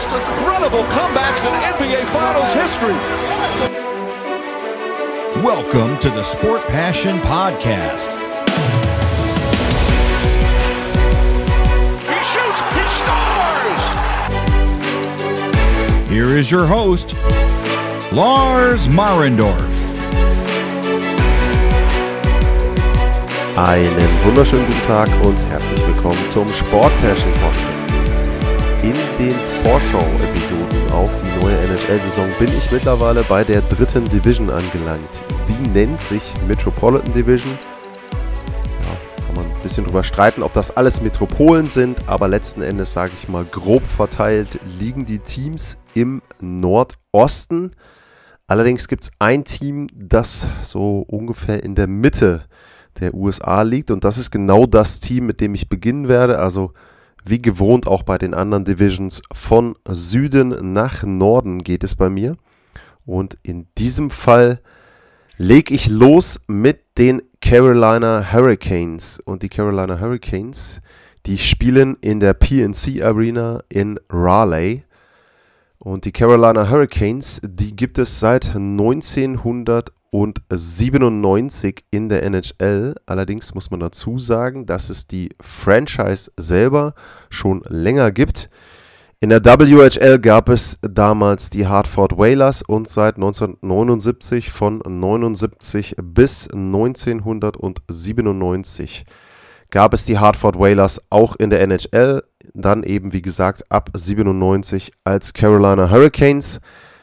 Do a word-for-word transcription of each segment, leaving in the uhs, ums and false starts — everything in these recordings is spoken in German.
most incredible comebacks in N B A Finals history. Welcome to the Sport Passion Podcast. He shoots, he scores! Here is your host, Lars Marendorf. Einen wunderschönen guten Tag und herzlich willkommen zum Sport Passion Podcast. In den Vorschau-Episoden auf die neue N H L-Saison bin ich mittlerweile bei der dritten Division angelangt. Die nennt sich Metropolitan Division. Ja, kann man ein bisschen drüber streiten, ob das alles Metropolen sind, aber letzten Endes, sage ich mal, grob verteilt liegen die Teams im Nordosten. Allerdings gibt es ein Team, das so ungefähr in der Mitte der U S A liegt, und das ist genau das Team, mit dem ich beginnen werde. Also wie gewohnt auch bei den anderen Divisions, von Süden nach Norden geht es bei mir. Und in diesem Fall lege ich los mit den Carolina Hurricanes. Und die Carolina Hurricanes, die spielen in der P N C Arena in Raleigh. Und die Carolina Hurricanes, die gibt es seit neunzehnhundertsiebenundneunzig in der N H L. Allerdings muss man dazu sagen, dass es die Franchise selber schon länger gibt. In der W H L gab es damals die Hartford Whalers und seit neunzehnhundertneunundsiebzig, von neunundsiebzig bis neunzehnhundertsiebenundneunzig, gab es die Hartford Whalers auch in der N H L. Dann eben, wie gesagt, ab siebenundneunzig als Carolina Hurricanes.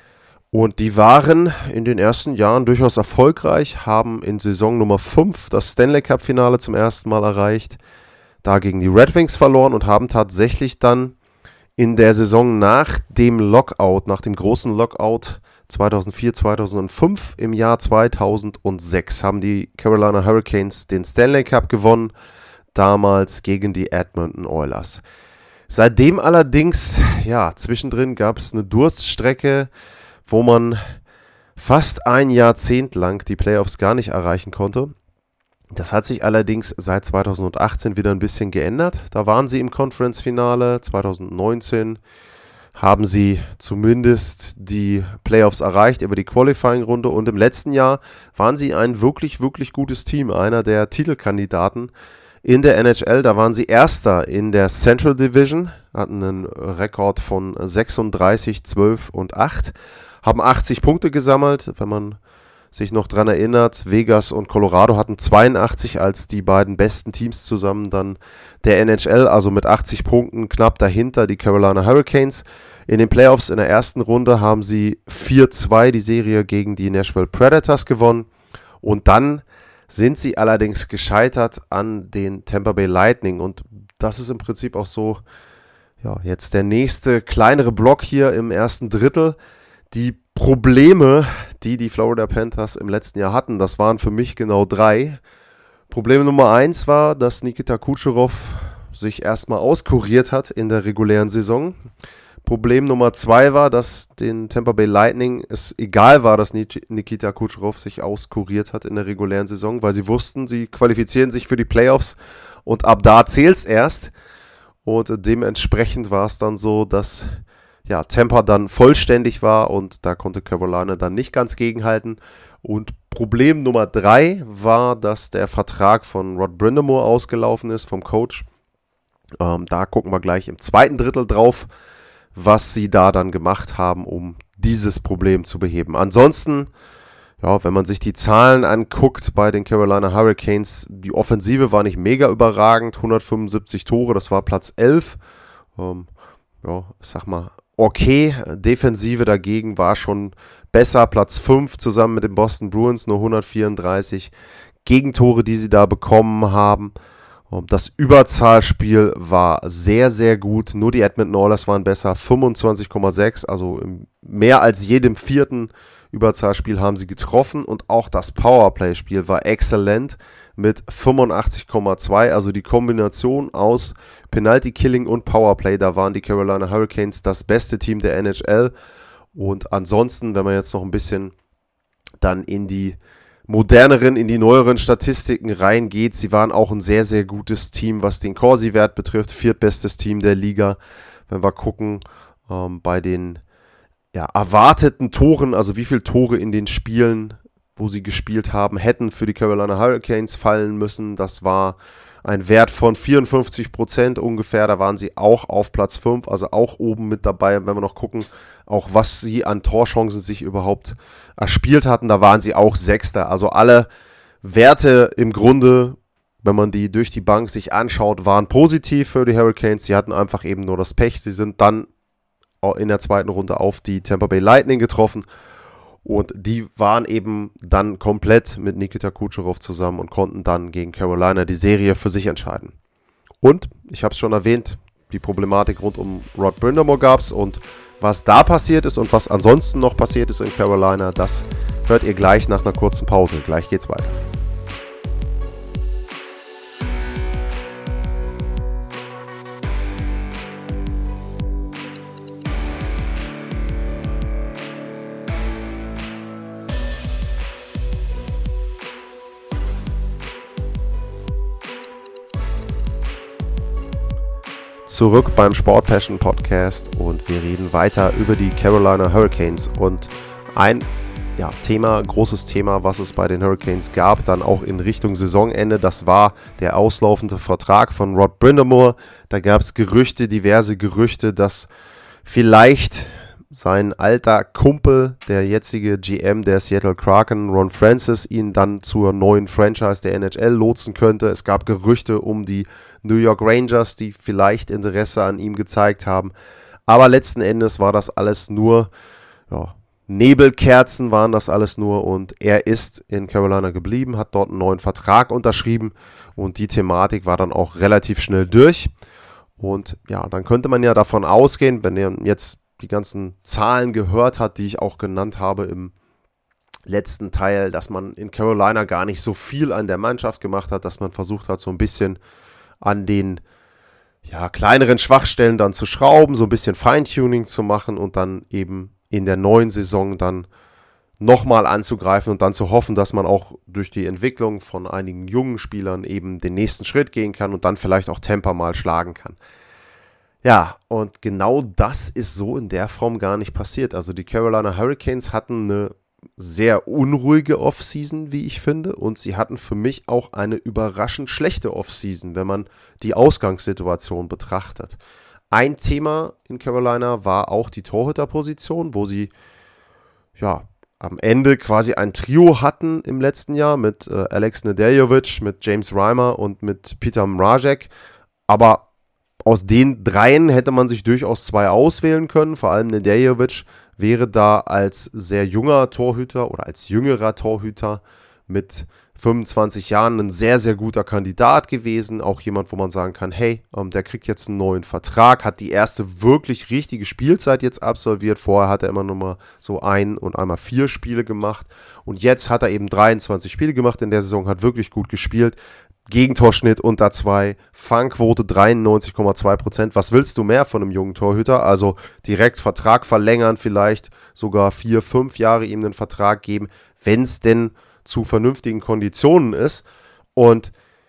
Und die waren in den ersten Jahren durchaus erfolgreich, haben in Saison Nummer fünf das Stanley Cup Finale zum ersten Mal erreicht, da gegen die Red Wings verloren und haben tatsächlich dann in der Saison nach dem Lockout, nach dem großen Lockout zweitausendvier, zweitausendfünf, im Jahr zweitausendsechs haben die Carolina Hurricanes den Stanley Cup gewonnen, damals gegen die Edmonton Oilers. Seitdem allerdings, ja, zwischendrin gab es eine Durststrecke, wo man fast ein Jahrzehnt lang die Playoffs gar nicht erreichen konnte. Das hat sich allerdings seit zweitausendachtzehn wieder ein bisschen geändert. Da waren sie im Conference-Finale. zweitausendneunzehn haben sie zumindest die Playoffs erreicht über die Qualifying-Runde. Und im letzten Jahr waren sie ein wirklich, wirklich gutes Team. Einer der Titelkandidaten in der N H L. Da waren sie Erster in der Central Division, hatten einen Rekord von sechsunddreißig, zwölf und acht. Haben achtzig Punkte gesammelt, wenn man sich noch dran erinnert. Vegas und Colorado hatten zweiundachtzig als die beiden besten Teams zusammen dann der N H L, also mit achtzig Punkten knapp dahinter die Carolina Hurricanes. In den Playoffs in der ersten Runde haben sie vier zwei die Serie gegen die Nashville Predators gewonnen, und dann sind sie allerdings gescheitert an den Tampa Bay Lightning, und das ist im Prinzip auch so, ja, jetzt der nächste kleinere Block hier im ersten Drittel. Die Probleme, die die Florida Panthers im letzten Jahr hatten, das waren für mich genau drei. Problem Nummer eins war, dass Nikita Kucherov sich erstmal auskuriert hat in der regulären Saison. Problem Nummer zwei war, dass den Tampa Bay Lightning es egal war, dass Nikita Kucherov sich auskuriert hat in der regulären Saison, weil sie wussten, sie qualifizieren sich für die Playoffs und ab da zählt's erst. Und dementsprechend war es dann so, dass ja, Tampa dann vollständig war und da konnte Carolina dann nicht ganz gegenhalten. Und Problem Nummer drei war, dass der Vertrag von Rod Brind'Amour ausgelaufen ist, vom Coach. Ähm, da gucken wir gleich im zweiten Drittel drauf, was sie da dann gemacht haben, um dieses Problem zu beheben. Ansonsten, ja, wenn man sich die Zahlen anguckt bei den Carolina Hurricanes, die Offensive war nicht mega überragend, hundertfünfundsiebzig Tore, das war Platz elf. Ähm, ja, ich sag mal, okay, Defensive dagegen war schon besser, Platz fünf zusammen mit den Boston Bruins, nur hundertvierunddreißig Gegentore, die sie da bekommen haben. Das Überzahlspiel war sehr, sehr gut, nur die Edmonton Oilers waren besser, fünfundzwanzig Komma sechs, also mehr als jedem vierten Überzahlspiel haben sie getroffen, und auch das Powerplay-Spiel war exzellent mit fünfundachtzig Komma zwei, also die Kombination aus Penalty-Killing und Powerplay, da waren die Carolina Hurricanes das beste Team der N H L. Und ansonsten, wenn man jetzt noch ein bisschen dann in die moderneren, in die neueren Statistiken reingeht, sie waren auch ein sehr, sehr gutes Team, was den Corsi-Wert betrifft, viertbestes Team der Liga. Wenn wir gucken, ähm, bei den ja, erwarteten Toren, also wie viele Tore in den Spielen, wo sie gespielt haben, hätten für die Carolina Hurricanes fallen müssen. Das war ein Wert von vierundfünfzig Prozent ungefähr, da waren sie auch auf Platz fünf, also auch oben mit dabei. Wenn wir noch gucken, auch was sie an Torchancen sich überhaupt erspielt hatten, da waren sie auch Sechster. Also alle Werte im Grunde, wenn man die durch die Bank sich anschaut, waren positiv für die Hurricanes. Sie hatten einfach eben nur das Pech. Sie sind dann in der zweiten Runde auf die Tampa Bay Lightning getroffen. Und die waren eben dann komplett mit Nikita Kucherov zusammen und konnten dann gegen Carolina die Serie für sich entscheiden. Und, ich habe es schon erwähnt, die Problematik rund um Rod Brind'Amour gab es. Und was da passiert ist und was ansonsten noch passiert ist in Carolina, das hört ihr gleich nach einer kurzen Pause. Gleich geht's weiter. Zurück beim Sport Passion Podcast und wir reden weiter über die Carolina Hurricanes und ein ja, Thema, großes Thema, was es bei den Hurricanes gab, dann auch in Richtung Saisonende, das war der auslaufende Vertrag von Rod Brind'Amour. Da gab es Gerüchte, diverse Gerüchte, dass vielleicht sein alter Kumpel, der jetzige G M der Seattle Kraken, Ron Francis, ihn dann zur neuen Franchise der N H L lotsen könnte. Es gab Gerüchte um die New York Rangers, die vielleicht Interesse an ihm gezeigt haben. Aber letzten Endes war das alles nur, ja, Nebelkerzen waren das alles nur und er ist in Carolina geblieben, hat dort einen neuen Vertrag unterschrieben und die Thematik war dann auch relativ schnell durch. Und ja, dann könnte man ja davon ausgehen, wenn ihr jetzt die ganzen Zahlen gehört hat, die ich auch genannt habe im letzten Teil, dass man in Carolina gar nicht so viel an der Mannschaft gemacht hat, dass man versucht hat, so ein bisschen an den ja, kleineren Schwachstellen dann zu schrauben, so ein bisschen Feintuning zu machen und dann eben in der neuen Saison dann nochmal anzugreifen und dann zu hoffen, dass man auch durch die Entwicklung von einigen jungen Spielern eben den nächsten Schritt gehen kann und dann vielleicht auch Tampa mal schlagen kann. Ja, und genau das ist so in der Form gar nicht passiert. Also die Carolina Hurricanes hatten eine sehr unruhige Offseason, wie ich finde, und sie hatten für mich auch eine überraschend schlechte Offseason, wenn man die Ausgangssituation betrachtet. Ein Thema in Carolina war auch die Torhüterposition, wo sie ja am Ende quasi ein Trio hatten im letzten Jahr mit äh, Alex Nedeljkovic, mit James Reimer und mit Peter Mrazek, aber aus den dreien hätte man sich durchaus zwei auswählen können, vor allem Nedeljkovic wäre da als sehr junger Torhüter oder als jüngerer Torhüter mit fünfundzwanzig Jahren ein sehr, sehr guter Kandidat gewesen. Auch jemand, wo man sagen kann, hey, ähm, der kriegt jetzt einen neuen Vertrag, hat die erste wirklich richtige Spielzeit jetzt absolviert. Vorher hat er immer nur mal so ein und einmal vier Spiele gemacht. Und jetzt hat er eben dreiundzwanzig Spiele gemacht in der Saison, hat wirklich gut gespielt. Gegentorschnitt unter zwei, Fangquote dreiundneunzig Komma zwei Prozent. Was willst du mehr von einem jungen Torhüter? Also direkt Vertrag verlängern, vielleicht sogar vier, fünf Jahre ihm einen Vertrag geben, wenn es denn zu vernünftigen Konditionen ist. Und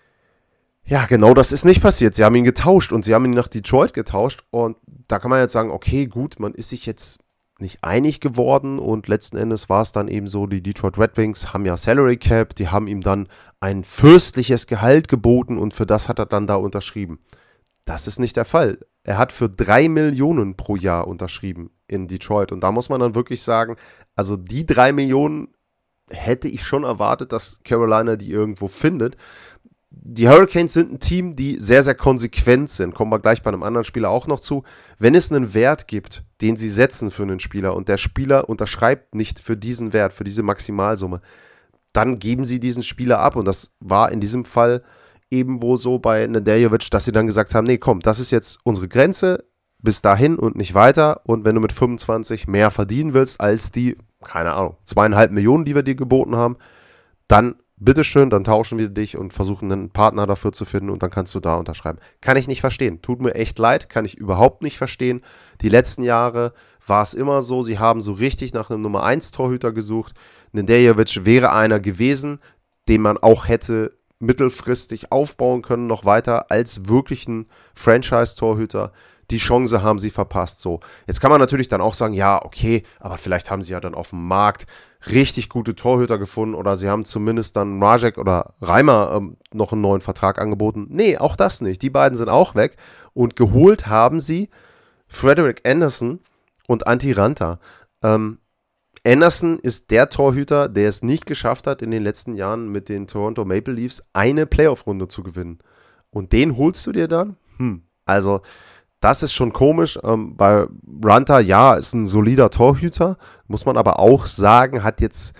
ja, genau das ist nicht passiert. Sie haben ihn getauscht und sie haben ihn nach Detroit getauscht. Und da kann man jetzt sagen, okay, gut, man ist sich jetzt nicht einig geworden und letzten Endes war es dann eben so, die Detroit Red Wings haben ja Salary Cap, die haben ihm dann ein fürstliches Gehalt geboten und für das hat er dann da unterschrieben. Das ist nicht der Fall. Er hat für drei Millionen pro Jahr unterschrieben in Detroit und da muss man dann wirklich sagen, also die drei Millionen hätte ich schon erwartet, dass Carolina die irgendwo findet. Die Hurricanes sind ein Team, die sehr, sehr konsequent sind. Kommen wir gleich bei einem anderen Spieler auch noch zu. Wenn es einen Wert gibt, den sie setzen für einen Spieler und der Spieler unterschreibt nicht für diesen Wert, für diese Maximalsumme, dann geben sie diesen Spieler ab. Und das war in diesem Fall eben wohl so bei Nedeljkovic, dass sie dann gesagt haben, nee, komm, das ist jetzt unsere Grenze, bis dahin und nicht weiter. Und wenn du mit fünfundzwanzig mehr verdienen willst als die, keine Ahnung, zweieinhalb Millionen, die wir dir geboten haben, dann bitteschön, dann tauschen wir dich und versuchen einen Partner dafür zu finden und dann kannst du da unterschreiben. Kann ich nicht verstehen. Tut mir echt leid, kann ich überhaupt nicht verstehen. Die letzten Jahre war es immer so, sie haben so richtig nach einem Nummer eins Torhüter gesucht. Nedeljkovic wäre einer gewesen, den man auch hätte mittelfristig aufbauen können, noch weiter als wirklichen Franchise-Torhüter. die Chance haben sie verpasst. So, jetzt kann man natürlich dann auch sagen, ja, okay, aber vielleicht haben sie ja dann auf dem Markt richtig gute Torhüter gefunden oder sie haben zumindest dann Mrazek oder Reimer ähm, noch einen neuen Vertrag angeboten. Nee, auch das nicht. Die beiden sind auch weg und geholt haben sie Frederik Andersen und Antti Ranta. Ähm, Anderson ist der Torhüter, der es nicht geschafft hat, in den letzten Jahren mit den Toronto Maple Leafs eine Playoff-Runde zu gewinnen. Und den holst du dir dann? Hm, also das ist schon komisch. Ähm, bei Ranta, ja, ist ein solider Torhüter, muss man aber auch sagen, hat jetzt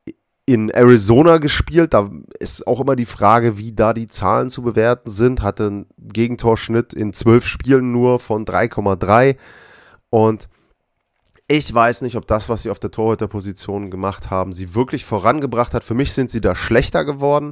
in Arizona gespielt. Da ist auch immer die Frage, wie da die Zahlen zu bewerten sind. Hatte einen Gegentorschnitt in zwölf Spielen nur von drei Komma drei. Und ich weiß nicht, ob das, was sie auf der Torhüterposition gemacht haben, sie wirklich vorangebracht hat. Für mich sind sie da schlechter geworden.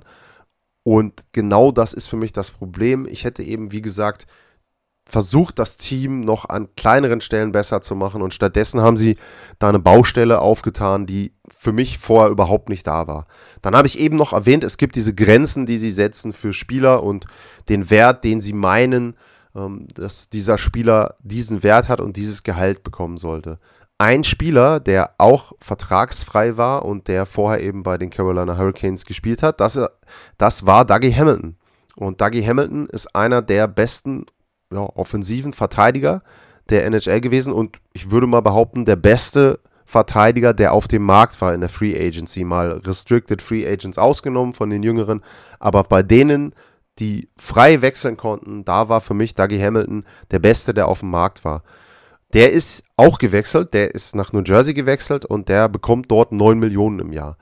Und genau das ist für mich das Problem. Ich hätte eben, wie gesagt, versucht, das Team noch an kleineren Stellen besser zu machen. Und stattdessen haben sie da eine Baustelle aufgetan, die für mich vorher überhaupt nicht da war. Dann habe ich eben noch erwähnt, es gibt diese Grenzen, die sie setzen für Spieler und den Wert, den sie meinen, ähm, dass dieser Spieler diesen Wert hat und dieses Gehalt bekommen sollte. Ein Spieler, der auch vertragsfrei war und der vorher eben bei den Carolina Hurricanes gespielt hat, das, das war Dougie Hamilton. Und Dougie Hamilton ist einer der besten ja, offensiven Verteidiger der N H L gewesen und ich würde mal behaupten, der beste Verteidiger, der auf dem Markt war in der Free Agency, mal Restricted Free Agents ausgenommen von den Jüngeren, aber bei denen, die frei wechseln konnten, da war für mich Dougie Hamilton der Beste, der auf dem Markt war. Der ist auch gewechselt, der ist nach New Jersey gewechselt und der bekommt dort neun Millionen im Jahr.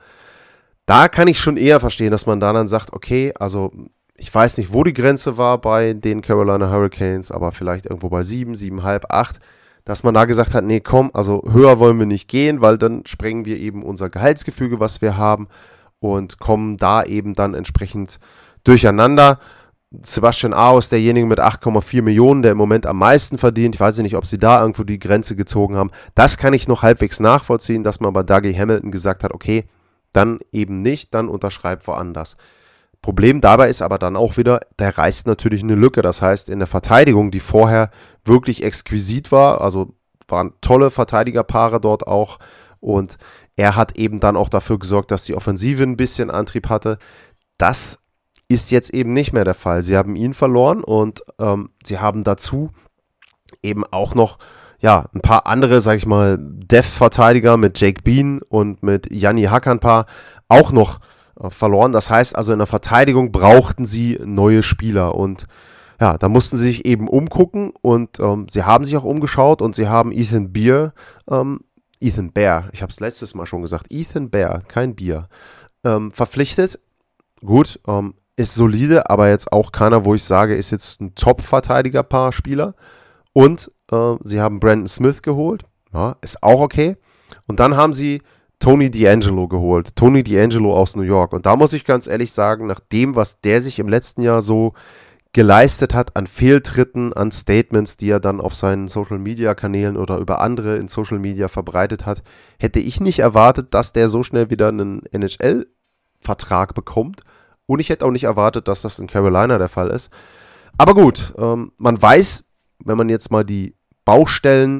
Da kann ich schon eher verstehen, dass man da dann sagt, okay, also ich weiß nicht, wo die Grenze war bei den Carolina Hurricanes, aber vielleicht irgendwo bei sieben, sieben Komma fünf, acht, dass man da gesagt hat, nee, komm, also höher wollen wir nicht gehen, weil dann sprengen wir eben unser Gehaltsgefüge, was wir haben und kommen da eben dann entsprechend durcheinander. Sebastian Aho ist derjenige mit acht Komma vier Millionen, der im Moment am meisten verdient. Ich weiß nicht, ob sie da irgendwo die Grenze gezogen haben. Das kann ich noch halbwegs nachvollziehen, dass man bei Dougie Hamilton gesagt hat, okay, dann eben nicht, dann unterschreibt woanders. Problem dabei ist aber dann auch wieder, der reißt natürlich eine Lücke. Das heißt, in der Verteidigung, die vorher wirklich exquisit war, also waren tolle Verteidigerpaare dort auch und er hat eben dann auch dafür gesorgt, dass die Offensive ein bisschen Antrieb hatte. Das ist jetzt eben nicht mehr der Fall. Sie haben ihn verloren und ähm, sie haben dazu eben auch noch ja, ein paar andere, sag ich mal, Depth-Verteidiger mit Jake Bean und mit Jani Hakanpää auch noch äh, verloren. Das heißt also, in der Verteidigung brauchten sie neue Spieler und ja, da mussten sie sich eben umgucken und ähm, sie haben sich auch umgeschaut und sie haben Ethan Bear, ähm, Ethan Bear, ich habe es letztes Mal schon gesagt, Ethan Bear, kein Bier, ähm, verpflichtet. Gut, ähm, ist solide, aber jetzt auch keiner, wo ich sage, ist jetzt ein Top-Verteidiger-Paar-Spieler. Und äh, sie haben Brandon Smith geholt, ja, ist auch okay. Und dann haben sie Tony DeAngelo geholt, Tony DeAngelo aus New York. Und da muss ich ganz ehrlich sagen, nach dem, was der sich im letzten Jahr so geleistet hat an Fehltritten, an Statements, die er dann auf seinen Social-Media-Kanälen oder über andere in Social-Media verbreitet hat, hätte ich nicht erwartet, dass der so schnell wieder einen N H L-Vertrag bekommt. Und ich hätte auch nicht erwartet, dass das in Carolina der Fall ist. Aber gut, ähm, man weiß, wenn man jetzt mal die Baustellen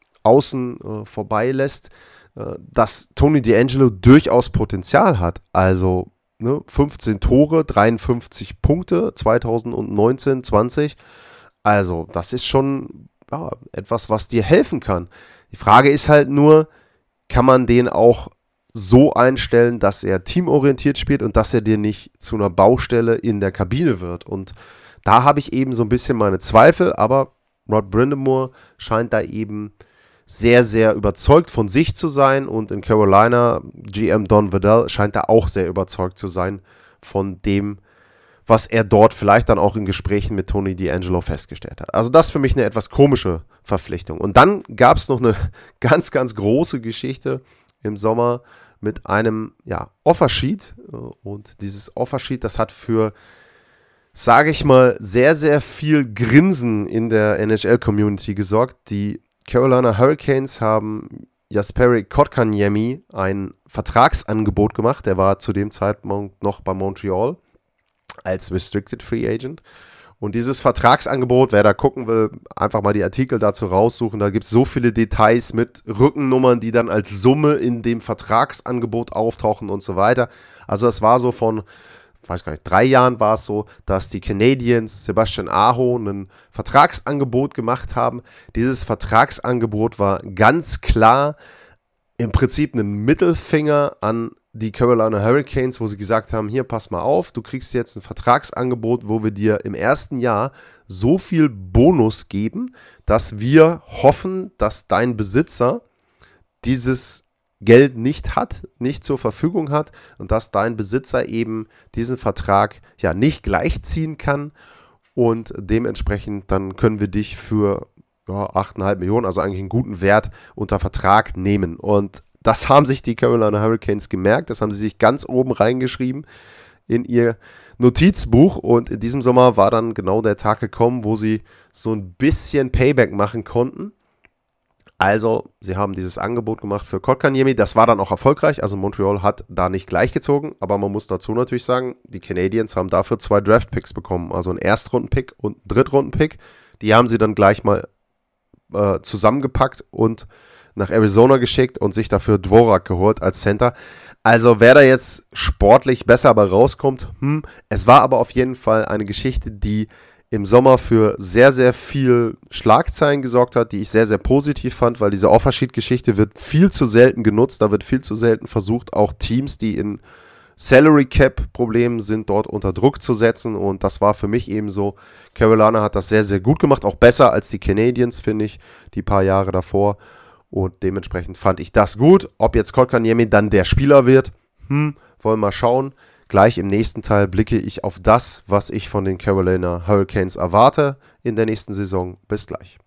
außen äh, vorbeilässt, äh, dass Tony DeAngelo durchaus Potenzial hat. Also ne, fünfzehn Tore, dreiundfünfzig Punkte, zwanzig neunzehn, zwanzig. Also das ist schon ja, etwas, was dir helfen kann. Die Frage ist halt nur, kann man den auch so einstellen, dass er teamorientiert spielt und dass er dir nicht zu einer Baustelle in der Kabine wird. Und da habe ich eben so ein bisschen meine Zweifel, aber Rod Brind'Amour scheint da eben sehr, sehr überzeugt von sich zu sein und in Carolina, G M Don Waddell scheint da auch sehr überzeugt zu sein von dem, was er dort vielleicht dann auch in Gesprächen mit Tony DeAngelo festgestellt hat. Also das ist für mich eine etwas komische Verpflichtung. Und dann gab es noch eine ganz, ganz große Geschichte im Sommer mit einem ja, Offersheet. Und dieses Offersheet, das hat für, sage ich mal, sehr, sehr viel Grinsen in der N H L-Community gesorgt. Die Carolina Hurricanes haben Jesperi Kotkaniemi ein Vertragsangebot gemacht. Der war zu dem Zeitpunkt noch bei Montreal als Restricted Free Agent. Und dieses Vertragsangebot, wer da gucken will, einfach mal die Artikel dazu raussuchen. Da gibt es so viele Details mit Rückennummern, die dann als Summe in dem Vertragsangebot auftauchen und so weiter. Also es war so von, ich weiß gar nicht, drei Jahren war es so, dass die Canadiens Sebastian Aho ein Vertragsangebot gemacht haben. Dieses Vertragsangebot war ganz klar im Prinzip ein Mittelfinger an die Carolina Hurricanes, wo sie gesagt haben, hier, pass mal auf, du kriegst jetzt ein Vertragsangebot, wo wir dir im ersten Jahr so viel Bonus geben, dass wir hoffen, dass dein Besitzer dieses Geld nicht hat, nicht zur Verfügung hat und dass dein Besitzer eben diesen Vertrag ja nicht gleichziehen kann und dementsprechend dann können wir dich für ja, acht Komma fünf Millionen, also eigentlich einen guten Wert unter Vertrag nehmen. Und das haben sich die Carolina Hurricanes gemerkt, das haben sie sich ganz oben reingeschrieben in ihr Notizbuch und in diesem Sommer war dann genau der Tag gekommen, wo sie so ein bisschen Payback machen konnten. Also, sie haben dieses Angebot gemacht für Kotkaniemi, das war dann auch erfolgreich, also Montreal hat da nicht gleichgezogen, aber man muss dazu natürlich sagen, die Canadiens haben dafür zwei Draft-Picks bekommen, also einen Erstrunden-Pick und einen Drittrunden-Pick, die haben sie dann gleich mal äh, zusammengepackt und nach Arizona geschickt und sich dafür Dvorak geholt als Center. Also wer da jetzt sportlich besser bei rauskommt, hm, es war aber auf jeden Fall eine Geschichte, die im Sommer für sehr, sehr viel Schlagzeilen gesorgt hat, die ich sehr, sehr positiv fand, weil diese Offersheet-Geschichte wird viel zu selten genutzt, da wird viel zu selten versucht, auch Teams, die in Salary Cap Problemen sind, dort unter Druck zu setzen und das war für mich eben so. Carolina hat das sehr, sehr gut gemacht, auch besser als die Canadiens, finde ich, die paar Jahre davor. Und dementsprechend fand ich das gut. Ob jetzt Kotkaniemi dann der Spieler wird, hm, wollen wir mal schauen. Gleich im nächsten Teil blicke ich auf das, was ich von den Carolina Hurricanes erwarte in der nächsten Saison. Bis gleich.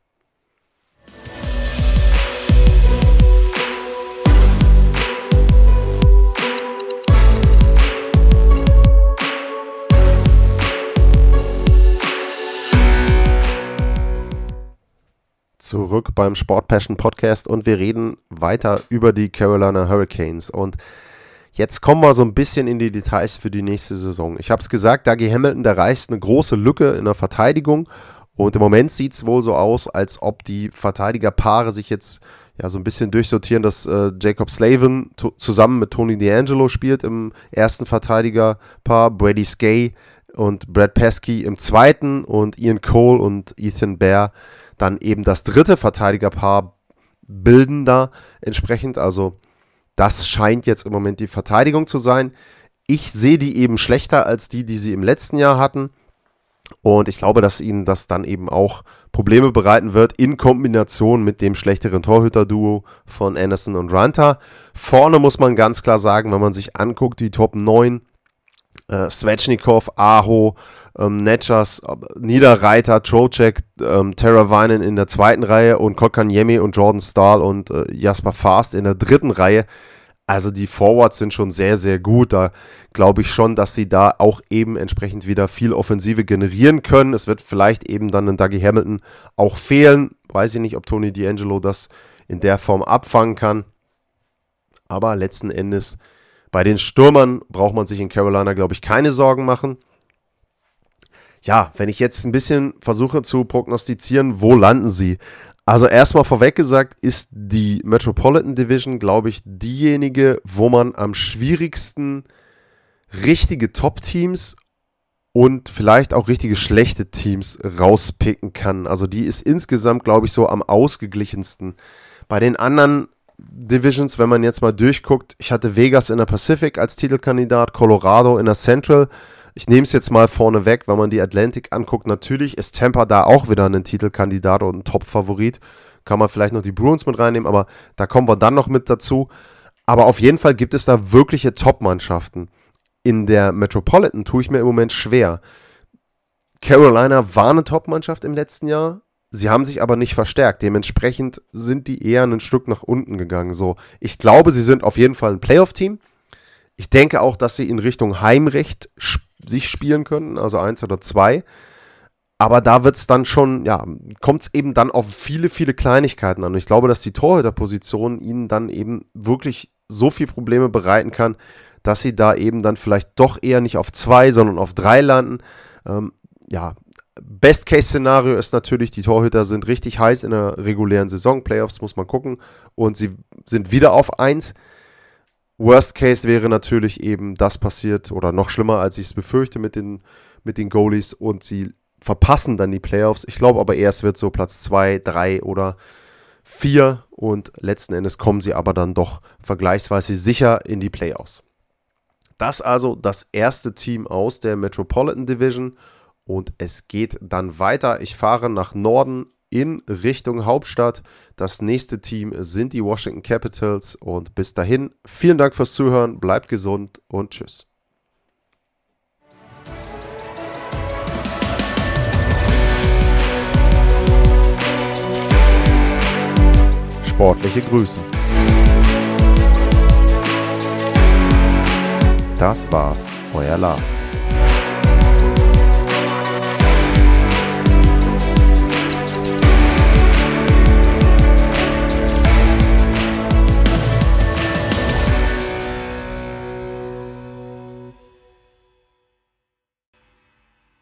Zurück beim Sport Passion Podcast und wir reden weiter über die Carolina Hurricanes und jetzt kommen wir so ein bisschen in die Details für die nächste Saison. Ich habe es gesagt, Dougie Hamilton, der reißt eine große Lücke in der Verteidigung und im Moment sieht es wohl so aus, als ob die Verteidigerpaare sich jetzt ja so ein bisschen durchsortieren, dass äh, Jacob Slavin to- zusammen mit Tony DeAngelo spielt im ersten Verteidigerpaar, Brady Skjei und Brad Pesky im zweiten und Ian Cole und Ethan Bear dann eben das dritte Verteidigerpaar bilden da entsprechend. Also das scheint jetzt im Moment die Verteidigung zu sein. Ich sehe die eben schlechter als die, die sie im letzten Jahr hatten. Und ich glaube, dass ihnen das dann eben auch Probleme bereiten wird in Kombination mit dem schlechteren Torhüter-Duo von Anderson und Raanta. Vorne muss man ganz klar sagen, wenn man sich anguckt, die Top neun, äh, Svechnikov, Aho, Ähm, Netschas, Niederreiter, Trocheck, ähm, Teravainen in der zweiten Reihe und Kotkaniemi und Jordan Staal und äh, Jasper Fast in der dritten Reihe. Also die Forwards sind schon sehr, sehr gut. Da glaube ich schon, dass sie da auch eben entsprechend wieder viel Offensive generieren können. Es wird vielleicht eben dann ein Dougie Hamilton auch fehlen. Weiß ich nicht, ob Tony DeAngelo das in der Form abfangen kann. Aber letzten Endes bei den Stürmern braucht man sich in Carolina, glaube ich, keine Sorgen machen. Ja, wenn ich jetzt ein bisschen versuche zu prognostizieren, wo landen sie? Also erstmal vorweg gesagt, ist die Metropolitan Division, glaube ich, diejenige, wo man am schwierigsten richtige Top-Teams und vielleicht auch richtige schlechte Teams rauspicken kann. Also die ist insgesamt, glaube ich, so am ausgeglichensten. Bei den anderen Divisions, wenn man jetzt mal durchguckt, ich hatte Vegas in der Pacific als Titelkandidat, Colorado in der Central. Ich nehme es jetzt mal vorne weg, wenn man die Atlantic anguckt. Natürlich ist Tampa da auch wieder ein Titelkandidat und ein Top-Favorit. Kann man vielleicht noch die Bruins mit reinnehmen, aber da kommen wir dann noch mit dazu. Aber auf jeden Fall gibt es da wirkliche Top-Mannschaften. In der Metropolitan tue ich mir im Moment schwer. Carolina war eine Top-Mannschaft im letzten Jahr. Sie haben sich aber nicht verstärkt. Dementsprechend sind die eher ein Stück nach unten gegangen. So, ich glaube, sie sind auf jeden Fall ein Playoff-Team. Ich denke auch, dass sie in Richtung Heimrecht sp- sich spielen können, also eins oder zwei. Aber da wird es dann schon, ja, kommt es eben dann auf viele, viele Kleinigkeiten an. Und ich glaube, dass die Torhüterposition ihnen dann eben wirklich so viel Probleme bereiten kann, dass sie da eben dann vielleicht doch eher nicht auf zwei, sondern auf drei landen. Ähm, ja, Best-Case-Szenario ist natürlich, die Torhüter sind richtig heiß in der regulären Saison. Playoffs muss man gucken. Und sie sind wieder auf eins. Worst Case wäre natürlich eben, das passiert oder noch schlimmer, als ich es befürchte mit den, mit den Goalies und sie verpassen dann die Playoffs. Ich glaube aber eher, es wird so Platz zwei, drei oder vier und letzten Endes kommen sie aber dann doch vergleichsweise sicher in die Playoffs. Das also das erste Team aus der Metropolitan Division und es geht dann weiter. Ich fahre nach Norden in Richtung Hauptstadt. Das nächste Team sind die Washington Capitals und bis dahin, vielen Dank fürs Zuhören, bleibt gesund und tschüss. Sportliche Grüße. Das war's, euer Lars.